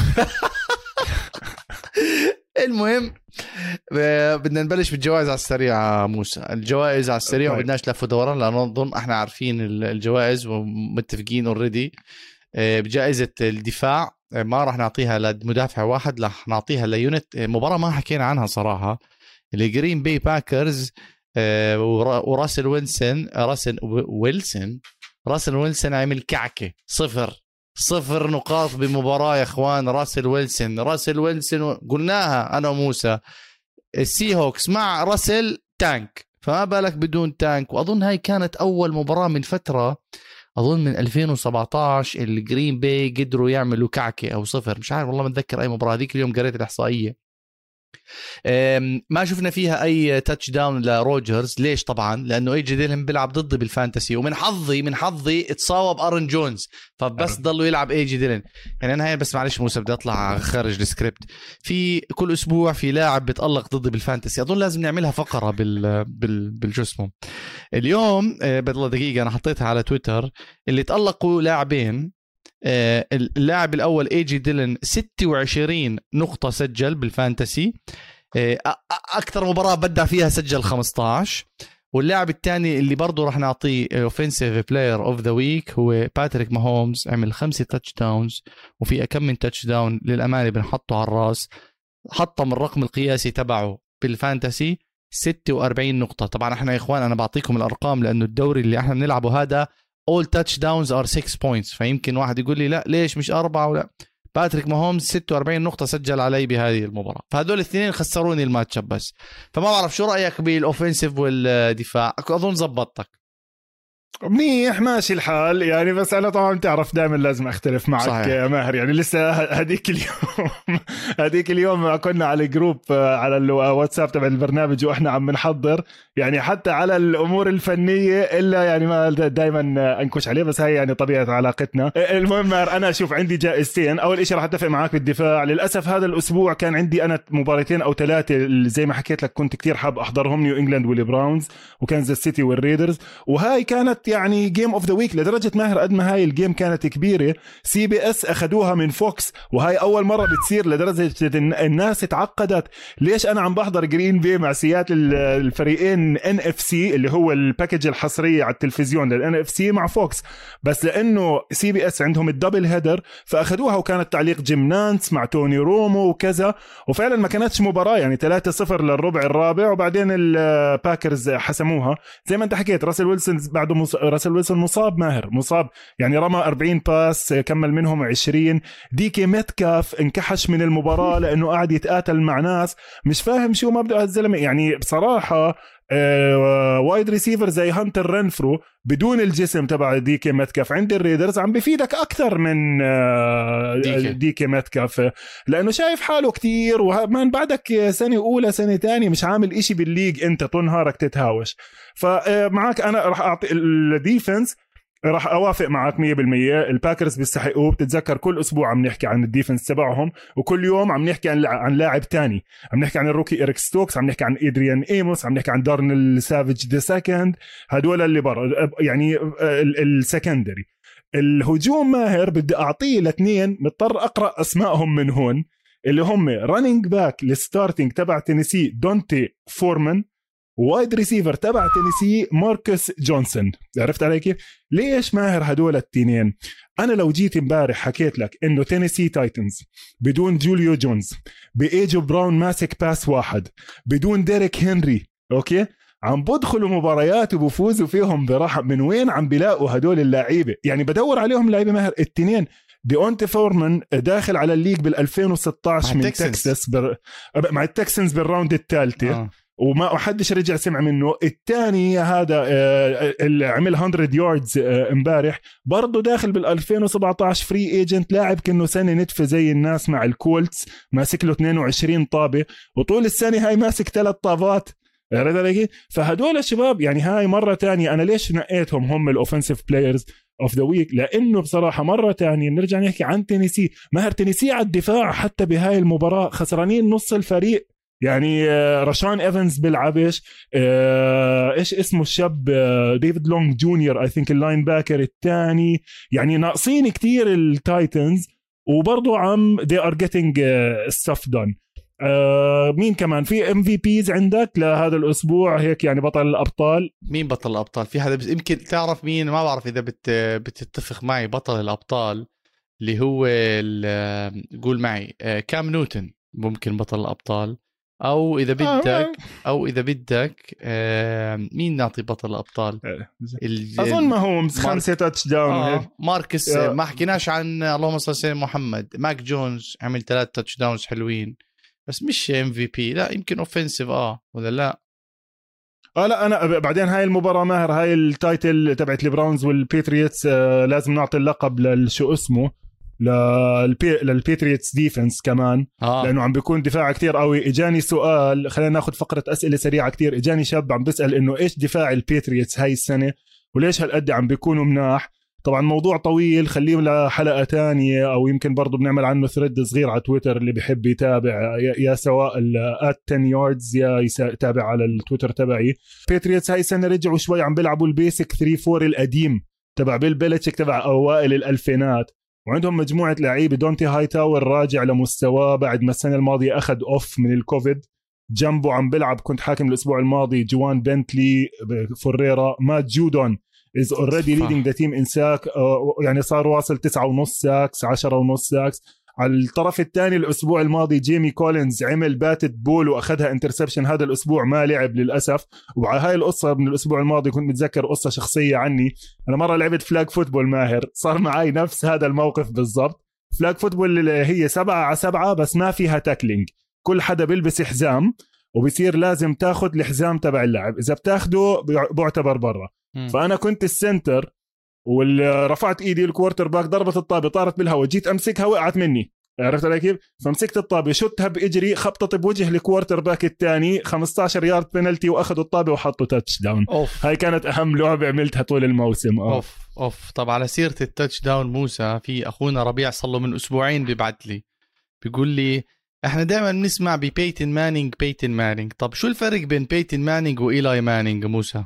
المهم بدنا نبلش بالجوائز على السريع. موسى، الجوائز على السريع وبدناش لف ودوران، لأنه نظن احنا عارفين الجوائز ومتفقين اوريدي. بجائزة الدفاع ما راح نعطيها لمدافع واحد، راح نعطيها ليونت مباراة ما حكينا عنها صراحة، اللي جرين باي باكرز وراسل ويلسون عمل كعكة 0 نقاط بمباراة يا اخوان. راسل ويلسون قلناها انا وموسى، السي هوكس مع راسل تانك، فما بالك بدون تانك. واظن هاي كانت اول مباراة من فترة، اظن من 2017 الجرين باي قدروا يعملوا كعكة او 0، مش عارف والله ما اتذكر اي مباراة. هذيك اليوم قريت الاحصائية، ما شفنا فيها اي تاتش داون لروجرز. ليش؟ طبعا لانه اي جي ديلن بيلعب ضدي بالفانتسي، ومن حظي اتصاوب ارن جونز، فبس ضلوا يلعب اي جي ديلن. يعني انا هاي بس معلش موسى بدي اطلع خارج السكريبت. في كل اسبوع في لاعب بيتالق ضدي بالفانتسي، اظن لازم نعملها فقره بالجسم. اليوم بالله دقيقه انا حطيتها على تويتر، اللي تالقوا لاعبين. اللاعب الأول اي جي ديلن 26 نقطة سجل بالفانتسي، أكثر مباراة بدع فيها سجل 15. واللاعب الثاني اللي برضو راح نعطيه اوفنسيف بلاير اوف ذا ويك هو باتريك ماهومز، عمل 5 تاتش داونز، وفي كم من تاتش داون للأمانة بنحطه على الراس. حطم الرقم القياسي تبعه بالفانتسي 46 نقطة. طبعا احنا يا اخوان انا بعطيكم الارقام لانه الدوري اللي احنا بنلعبه هذا all touchdowns are 6 points، فيمكن واحد يقول لي لا ليش مش 4 ولا. باتريك ماهومز 46 نقطة سجل علي بهذه المباراة، فهدول الاثنين خسروني الماتش بس. فما بعرف شو رأيك بالاوفنسيف والدفاع، اظن زبطتك. منيح ماشي الحال يعني. بس أنا طبعا تعرف دائما لازم أختلف معك صحيح. ماهر يعني لسه هديك اليوم هديك اليوم كنا على جروب على الواتساب تبع البرنامج وإحنا عم نحضر يعني حتى على الأمور الفنية إلا يعني ما دائما أنكش عليه، بس هاي يعني طبيعة علاقتنا. المهم ماهر أنا أشوف عندي جائزتين. أول إشي راح أتفق معك بالدفاع. للأسف هذا الأسبوع كان عندي أنا مباراتين أو 3 زي ما حكيت لك كنت كتير حاب أحضرهم، نيو إنجلاند والبراونز وكانزاس سيتي والريدرز، وهاي كانت يعني جيم اوف ذا ويك. لدرجه ماهر قد ما هاي الجيم كانت كبيره سي بي اس اخذوها من فوكس، وهاي اول مره بتصير. لدرجه الناس اتعقدت ليش انا عم بحضر جرين بي مع سياتل الفريقين ان اف سي اللي هو الباكج الحصريه على التلفزيون للان اف سي مع فوكس، بس لانه سي بي اس عندهم الدبل هيدر فاخذوها، وكانت تعليق جيم نانس مع توني رومو وكذا. وفعلا ما كانتش مباراه يعني 3-0 للربع الرابع، وبعدين الباكرز حسموها زي ما انت حكيت. راسل ويلسون بعده راسل ويلسون مصاب ماهر، مصاب يعني رمى 40 باس كمل منهم 20. ديكي ميتكاف انكحش من المباراة لأنه قاعد يتقاتل مع ناس مش فاهم شو مبدأ الزلمة يعني بصراحة. وايد ريسيفر زي هانتر رينفرو بدون الجسم تبع ديكي ميتكاف عند الريدرز عم بفيدك أكثر من ديكي ميتكاف، لأنه شايف حاله كتير ومان بعدك سنة أولى سنة تانية مش عامل إشي بالليج، أنت طول نهارك تتهاوش. فمعك أنا رح أعطي الديفنس، راح اوافق معك 100%. الباكرز بيستحقوه. بتتذكر كل اسبوع عم نحكي عن الديفنس تبعهم، وكل يوم عم نحكي عن لاعب تاني. عم نحكي عن الروكي إريك ستوكس، عم نحكي عن إدريان إيموس، عم نحكي عن دارنيل سافيج ذا سكند، هدول اللي برا يعني السكندري. الهجوم ماهر بدي اعطيه الاثنين، مضطر اقرا اسمائهم من هون، اللي هم رانينج باك الستارتنج تبع تينيسي دونتي فورمان، وايد ريسيفر تبع تينيسي ماركوس جونسون. عرفت علي كيف؟ ليش ماهر هدول التنين؟ أنا لو جيت امبارح حكيت لك إنه تينيسي تايتنز بدون جوليو جونز بإيجو براون ماسك باس واحد بدون ديريك هنري أوكي عم بدخلوا مباريات وبفوزوا فيهم براحة، من وين عم بلاقوا هدول اللعيبة؟ يعني بدور عليهم لعيبة ماهر التنين. ديونتي فورمان داخل على الليج بال2016 من تكساس مع التكسنز بالراوند الثالثة وما حدش رجع سمع منه. الثاني هذا اللي عمل 100 ياردز امبارح برضه داخل بال2017 فري ايجنت، لاعب كأنه سنة نتفة زي الناس مع الكولتس، ماسك له 22 طابة وطول السنة هاي ماسك 3 طابات. فهدول الشباب يعني هاي مرة تانية أنا ليش نقيتهم هم الأوفنسيف بلايرز اوف ذا ويك، لأنه بصراحة مرة تانية بنرجع نحكي عن تينيسي. ماهر تينيسي على الدفاع حتى بهاي المباراة خسرانين نص الفريق يعني. راشان ايفنز بيلعبش، ايش اسمه الشاب ديفيد لونج جونيور اي ثينك اللاين باكر الثاني، يعني ناقصين كتير التايتنز وبرضو عم they are getting stuff done. مين كمان في ام في بيز عندك لهذا الاسبوع هيك يعني بطل الابطال؟ مين بطل الابطال؟ في حدا بس يمكن تعرف مين، ما بعرف اذا بتتفق معي. بطل الابطال اللي هو قول معي كام نيوتن ممكن بطل الابطال، او اذا بدك مين نعطي بطل الابطال؟ اظن ما هو 5 تاتش داون. ماركس ما حكيناش عن اللهم صل على سيدنا محمد. ماك جونز عمل 3 تاتش داونز حلوين بس مش ام في بي، لا يمكن اوفنسيف ولا لا. لا انا بعدين هاي المباراه ماهر هاي التايتل تبعت البراونز والبيتريتس لازم نعطي اللقب للشو اسمه للبيتريتس ديفنس كمان لانه عم بيكون دفاع كتير قوي. اجاني سؤال، خلينا ناخذ فقره اسئله سريعه كتير. اجاني شاب عم بيسال انه ايش دفاع البيتريتس هاي السنه وليش هالقد عم بيكونوا مناح. طبعا موضوع طويل خليه لحلقه تانية او يمكن برضو بنعمل عنه ثريد صغير على تويتر اللي بيحب يتابع يا سواء @10 yards يا يتابع على التويتر تبعي. بيتريتس هاي السنه رجعوا شوي عم بيلعبوا البيسك 3-4 القديم تبع بيل بيلتشيك تبع اوائل الالفينات، وعندهم مجموعة لعيبة. دونتي هاي تاور راجع لمستواه بعد ما السنة الماضية أخذ أوف من الكوفيد. جنبه عم بلعب كنت حاكم الأسبوع الماضي جوان بنتلي فوريرا. مات جودون is already leading the team in sack يعني صار واصل 9.5 ساكس 10.5 ساكس. على الطرف الثاني الأسبوع الماضي جيمي كولينز عمل باتت بول وأخذها انترسبشن، هذا الأسبوع ما لعب للأسف. وعلى هاي القصة من الأسبوع الماضي كنت متذكر قصة شخصية عني. أنا مرة لعبت فلاج فوتبول ماهر، صار معي نفس هذا الموقف بالضبط. فلاج فوتبول اللي هي 7-7 بس ما فيها تاكلينج، كل حدا بيلبس حزام وبصير لازم تاخد الحزام تبع اللاعب، إذا بتاخده بيعتبر برا. فانا كنت السنتر ورفعت ايدي، الكوارتر باك ضربت الطابه طارت بالهواء، جيت امسكها وقعت مني، عرفت علي كيف؟ فمسكت الطابه شتها باجري، خبطت بوجه الكوارتر باك الثاني، 15 يارد بينالتي، واخذوا الطابه وحطوا تاتش داون. هاي كانت اهم لعبه عملتها طول الموسم. اوف. طب على سيره التاتش داون موسى، في اخونا ربيع صار له من اسبوعين بيبعت لي بيقول لي احنا دائما بنسمع ببيتن مانينج. طب شو الفرق بين بيتن مانينج وإيلاي مانينج موسى؟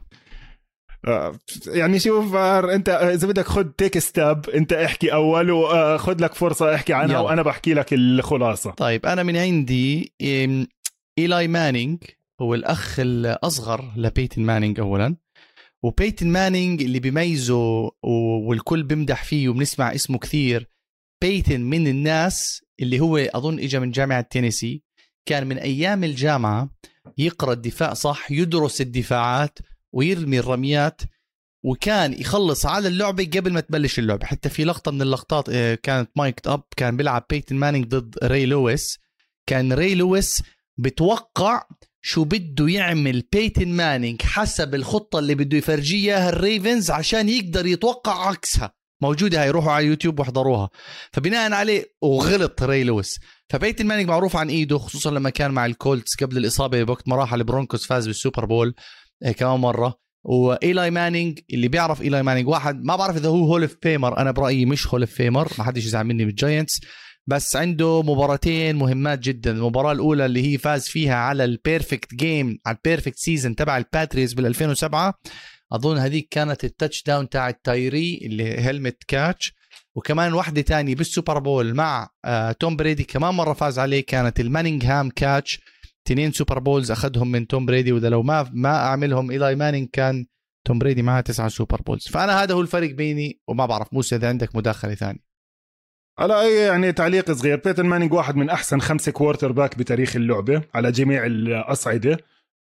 يعني شوف انت اذا بدك خد تيك ستاب، انت احكي اول وخد لك فرصه احكي عنها يلا. وانا بحكي لك الخلاصه. طيب انا من عندي إيلاي مانينج هو الاخ الاصغر لبيتن مانينج اولا، وبيتن مانينج اللي بيميزه والكل بمدح فيه وبنسمع اسمه كثير، بيتن من الناس اللي هو اظن اجى من جامعه تينيسي، كان من ايام الجامعه يقرا الدفاع صح، يدرس الدفاعات ويرمي الرميات، وكان يخلص على اللعبة قبل ما تبلش اللعبة. حتى في لقطة من اللقطات كانت مايكت أب، كان بيلعب بيتن مانينج ضد راي لويس، كان راي لويس بتوقع شو بده يعمل بيتن مانينج حسب الخطة اللي بده يفرجيها الريفنز عشان يقدر يتوقع عكسها. موجودة، هيروحوا على يوتيوب واحضروها. فبناء عليه وغلط راي لويس. فبيتن مانينج معروف عن إيده، خصوصا لما كان مع الكولتس قبل الإصابة بوقت ما راح البرونكوس فاز بالسوبر بول كمان مرة. وإيلاي مانينج اللي بيعرف إيلاي مانينج، واحد ما بعرف إذا هو هول اوف فيمر، أنا برأيي مش هول اوف فيمر، ما حدش يزعل مني بالجاينتس، بس عنده مباراتين مهمات جدا. المباراة الأولى اللي هي فاز فيها على البيرفكت جيم، على البيرفكت سيزن تبع الباتريز بال2007، أظن هذيك كانت التاتش داون تاع التايري اللي هيلمت كاتش. وكمان واحدة تاني بالسوبر بول مع توم بريدي كمان مرة فاز عليه، كانت المانينغهام كاتش. 2 سوبر بولز أخذهم من توم بريدي، وإذا لو ما أعملهم إيلاي مانينج كان توم بريدي معها 9 سوبر بولز. فأنا هذا هو الفرق بيني، وما بعرف موسى إذا عندك مداخلة ثانية. على أي يعني تعليق صغير، بيتن مانينج واحد من أحسن 5 كوارتر باك بتاريخ اللعبة على جميع الأصعدة،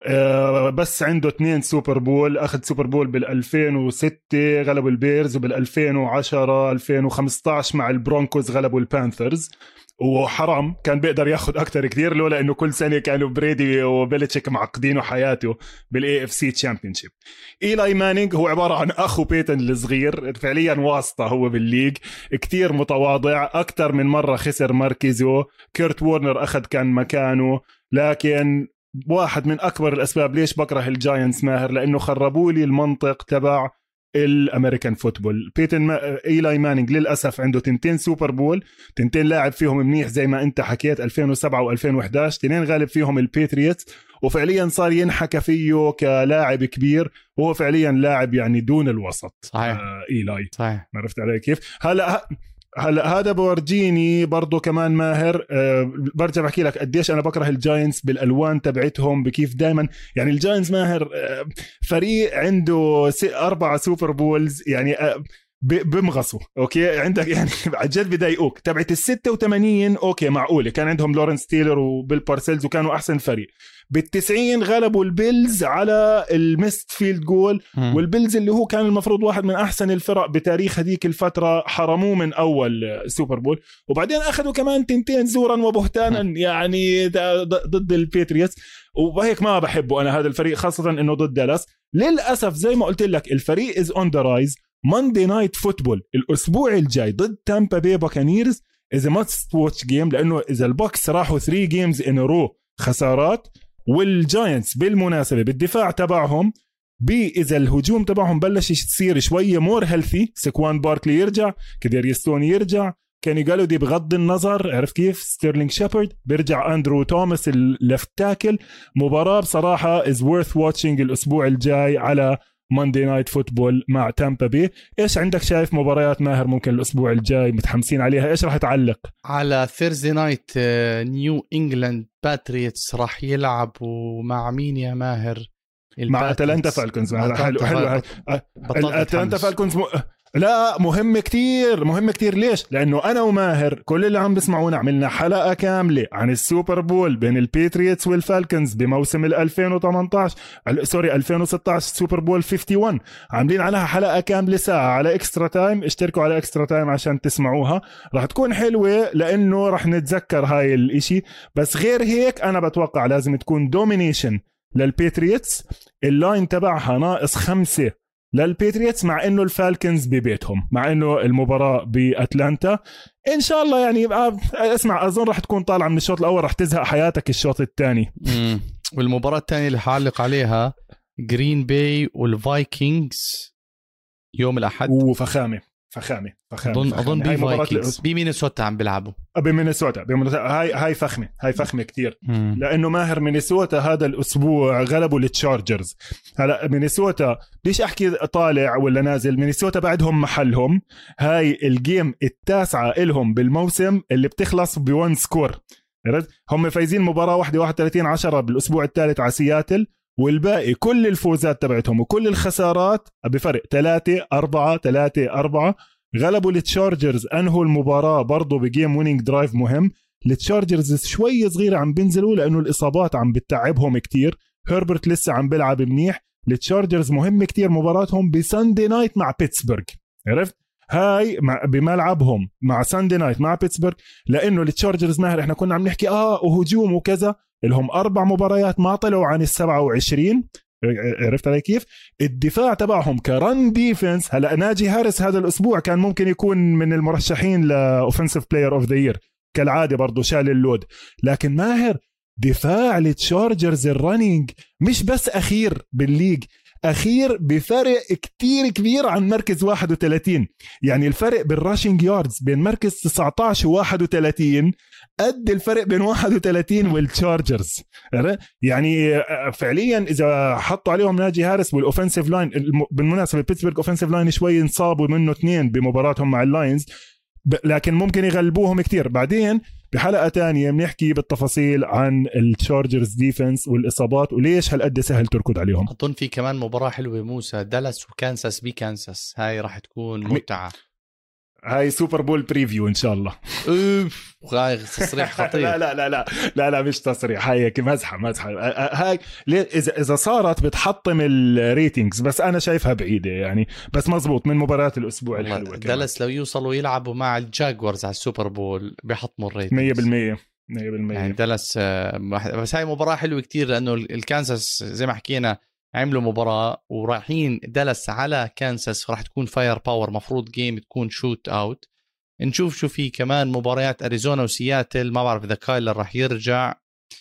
بس عنده 2 سوبر بول. أخذ سوبر بول بال2006 غلبوا البيرز، وبال2010 2015 مع البرونكوز غلبوا البانثرز. وحرام كان بيقدر ياخد أكتر كتير، لولا إنه كل سنة كانوا بريدي وبيلتشيك معقدينه حياته بالAFC Championship. إيلاي مانينج هو عبارة عن أخو بيتن الصغير، فعليا واسطة هو بالليج، كتير متواضع، أكتر من مرة خسر مركزه، كيرت وورنر أخذ كان مكانه. لكن واحد من أكبر الأسباب ليش بكره الجاينتس ماهر، لأنه خربوا لي المنطق تبع الامريكان فوتبول. إيلاي مانينج للاسف عنده 2 سوبر بول، 2 لاعب فيهم منيح زي ما انت حكيت، 2007 و2011 2 غالب فيهم الباتريوتس، وفعليا صار ينحكى فيه كلاعب كبير، وهو فعليا لاعب يعني دون الوسط. صحيح. إيلاي صحيح. عرفت علي كيف؟ هلا هذا بورجيني برضو كمان ماهر. برجع بحكي لك قديش انا بكره الجاينتس بالالوان تبعتهم، بكيف دائما يعني الجاينتس ماهر فريق عنده 4 سوبر بولز، يعني بمغصوا. اوكي عندك يعني عن جد بضايقوك. تبعت ال86 اوكي معقوله، كان عندهم لورنس تيلر وبيل بارسيلز وكانوا احسن فريق. بال90 غلبوا البيلز على الميست فيلد جول، والبيلز اللي هو كان المفروض واحد من احسن الفرق بتاريخ هذيك الفتره حرموه من اول سوبر بول. وبعدين اخذوا كمان 2 زورا وبهتانا يعني ضد الباتريوتس، وهيك ما بحبه انا هذا الفريق، خاصه انه ضد دالاس. للاسف زي ما قلت لك الفريق از اون ذا رايز. ماندي نايت فوتبول الاسبوع الجاي ضد تامبا بي باكانيرز از ماست واتش جيم، لانه اذا البوكس راحوا 3 جيمز ان رو خسارات، والجاينتس بالمناسبه بالدفاع تبعهم اذا الهجوم تبعهم بلش يصير شويه مور هيلثي، سكوان باركلي يرجع، كديريستون يرجع، كاني قالوا دي بغض النظر عرف كيف، ستيرلينج شيبرد بيرجع، اندرو توماس الليفت تاكل. مباراه بصراحه از وورث واتشينج الاسبوع الجاي على ماندي نايت فوتبول مع تامبا بي. ايش عندك شايف مباريات ماهر ممكن الاسبوع الجاي متحمسين عليها؟ ايش راح تعلق على ثيرزداي نايت؟ نيو انجلاند باتريوتس راح يلعبوا مع مين يا ماهر؟ مع اتلانتا فالكونز. حلو اتلانتا فالكونز لا مهم كتير. ليش؟ لأنه أنا وماهر كل اللي عم بسمعونا عملنا حلقة كاملة عن السوبر بول بين الباتريوتس والفالكنز بموسم 2016 سوبر بول 51، عاملين عنها حلقة كاملة ساعة على اكسترا تايم. اشتركوا على اكسترا تايم عشان تسمعوها، راح تكون حلوة لأنه راح نتذكر هاي الاشي. بس غير هيك أنا بتوقع لازم تكون دومينيشن للباتريوتس. اللاين تبعها -5 للبيتريتس، مع انه الفالكنز ببيتهم، مع انه المباراه باتلانتا. ان شاء الله يعني اسمع، اظن راح تكون طالعه من الشوط الاول، راح تزهق حياتك الشوط الثاني. والمباراه الثانيه اللي حعلق عليها جرين باي والفايكنجز يوم الاحد. وفخامه اظن بمينيسوتا عم بيلعبوا بمينيسوتا. هاي فخمه كتير. لانه ماهر مينيسوتا هذا الاسبوع غلبوا التشارجرز. هلا مينيسوتا بديش احكي طالع ولا نازل، مينيسوتا بعدهم محلهم. هاي الجيم التاسعة إلهم بالموسم اللي بتخلص ب1 سكور. هم فايزين مباراة واحدة 31-10 بالاسبوع الثالث على سياتل، والباقي كل الفوزات تبعتهم وكل الخسارات بفرق 3-4 غلبوا التشارجرز. انهوا المباراة برضو بجيم وينينج درايف مهم. التشارجرز شوي صغيرة عم بينزلوا لأنه الإصابات عم بتتعبهم كتير. هربرت لسه عم بيلعب منيح. التشارجرز مهم كتير مباراتهم بساندي نايت مع بيتسبرغ. عرفت هاي بملعبهم مع ساندي نايت مع بيتسبرغ، لأنه التشارجرز ماهر احنا كنا عم نحكي وهجوم وكذا، لهم 4 مباريات ما طلعوا عن 27. عرفت علي كيف؟ الدفاع تبعهم كرن ديفنس. هلا ناجي هاريس هذا الاسبوع كان ممكن يكون من المرشحين لاوفنسيف بلاير اوف ذا يير كالعاده، برضو شال اللود. لكن ماهر دفاع التشارجرز الرننج مش بس اخير بالليج، اخير بفرق كتير كبير عن مركز 31. يعني الفرق بالراشنج ياردز بين مركز 19 و31 قد الفرق بين 31 والتشارجرز. يعني فعليا اذا حطوا عليهم ناجي هاريس والاوفنسيف لاين، بالمناسبه بيتسبرغ اوفنسيف لاين شوي انصابوا منه 2 بمباراتهم مع اللاينز، لكن ممكن يغلبوهم كتير. بعدين بحلقة تانية بنحكي بالتفاصيل عن التشارجرز ديفنس والإصابات وليش هالقد سهل تركض عليهم. أظن في كمان مباراة حلوة موسى، دالاس وكانساس بكانساس، هاي راح تكون متعة. هاي سوبر بول بريفيو ان شاء الله. هاي تصريح خطير. لا لا لا لا لا لا مش تصريح، هاي مزحه. هاي اذا صارت بتحطم الريتينجز، بس انا شايفها بعيده يعني. بس مزبوط من مباريات الاسبوع الحلوه. دالاس لو يوصلوا يلعبوا مع الجاكورز على السوبر بول بيحطموا الريتينجز 100%. يعني دالاس. بس هاي مباراه حلوه كتير، لانه الكانساس زي ما حكينا عملوا مباراة ورايحين دالاس على كانساس، راح تكون فاير باور، مفروض جيم تكون شوت اوت. نشوف شو في كمان مباريات أريزونا وسياتل، ما بعرف إذا كايلر راح يرجع.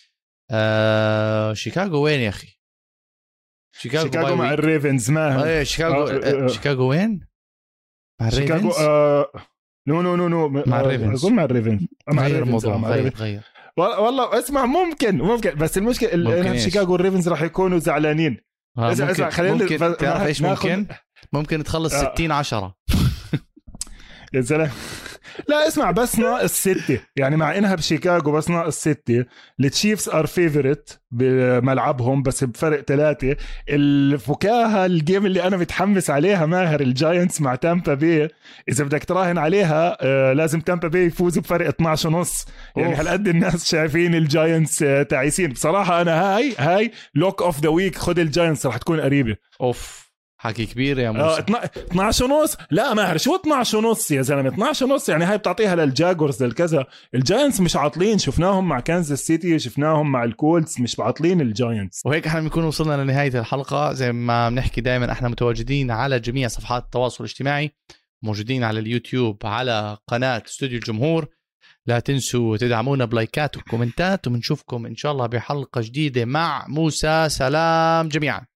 شيكاغو وين يا أخي؟ شيكاغو مع الريفنز. ما شيكاغو وين؟ مع شيكاغو نو مع الريفنز. أظن مع الريفنز. غير الموضوع، غير والله اسمع، ممكن بس المشكلة شيكاغو والريفنز راح يكونوا زعلانين. اسمع خلينا تعرف ايش ممكن تخلص 60-10 يا زلمه. لا اسمع، بس ناقص 6 يعني، مع انها بشيكاغو بس ناقص 6. التشيفز ار فيفورت بملعبهم بس بفرق 3. الفكاهه الجيم اللي انا متحمس عليها ماهر، الجاينتس مع تامبا بي. اذا بدك تراهن عليها لازم تامبا بي يفوزوا بفرق 12.5 يعني. هالقد الناس شايفين الجاينتس تعيسين بصراحه. انا هاي لوك اوف ذا ويك، خد الجاينتس راح تكون قريبه. حكي كبير يا موسى. 12.5. لا ماهر شو 12.5 يا زلمه؟ 12.5 يعني هاي بتعطيها للجاكورز للكذا. الجاينتس مش عاطلين، شفناهم مع كانزاس سيتي، شفناهم مع الكولتس، مش عاطلين الجاينتس. وهيك احنا بنكون وصلنا لنهايه الحلقه. زي ما بنحكي دائما احنا متواجدين على جميع صفحات التواصل الاجتماعي، موجودين على اليوتيوب على قناه استوديو الجمهور. لا تنسوا تدعمونا بلايكات وكومنتات، وبنشوفكم ان شاء الله بحلقه جديده مع موسى. سلام جميعا.